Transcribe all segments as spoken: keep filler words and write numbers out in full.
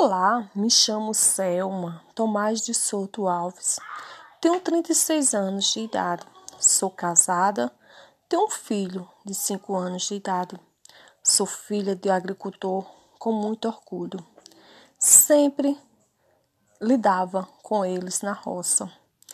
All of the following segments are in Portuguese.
Olá, me chamo Selma Tomás de Souto Alves, tenho trinta e seis anos de idade, sou casada, tenho um filho de cinco anos de idade, sou filha de agricultor com muito orgulho. Sempre lidava com eles na roça,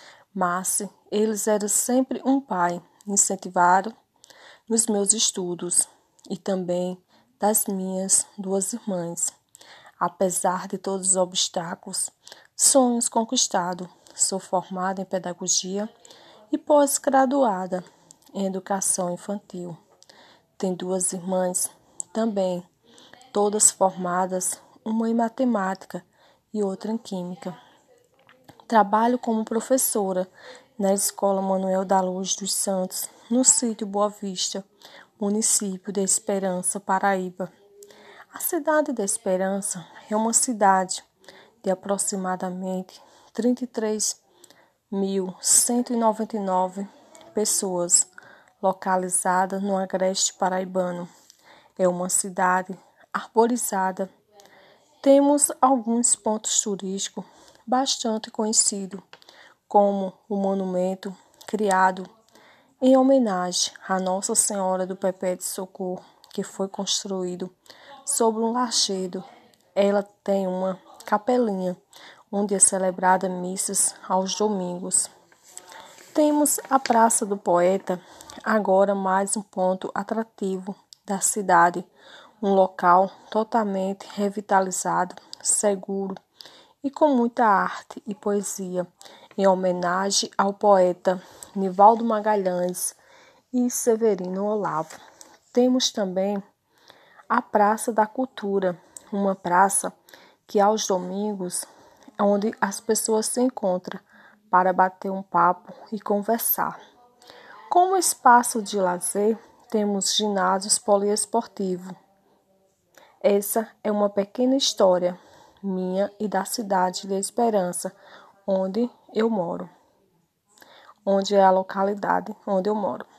mas eles eram sempre um pai, me incentivaram nos meus estudos e também das minhas duas irmãs. Apesar de todos os obstáculos, sonhos conquistados, sou formada em pedagogia e pós-graduada em educação infantil. Tenho duas irmãs também, todas formadas, uma em matemática e outra em química. Trabalho como professora na Escola Manuel da Luz dos Santos, no sítio Boa Vista, município de Esperança, Paraíba. A cidade da Esperança é uma cidade de aproximadamente trinta e três mil cento e noventa e nove pessoas, localizada no agreste paraibano. É uma cidade arborizada. Temos alguns pontos turísticos bastante conhecidos, como o monumento criado em homenagem à Nossa Senhora do Perpétuo Socorro, que foi construído sobre um lajedo. Ela tem uma capelinha onde é celebrada missas aos domingos. Temos a Praça do Poeta, agora mais um ponto atrativo da cidade, um local totalmente revitalizado, seguro e com muita arte e poesia, em homenagem ao poeta Nivaldo Magalhães e Severino Olavo. Temos também a Praça da Cultura, uma praça que aos domingos é onde as pessoas se encontram para bater um papo e conversar. Como espaço de lazer, temos ginásios poliesportivos. Essa é uma pequena história minha e da cidade de Esperança, onde eu moro, onde é a localidade onde eu moro.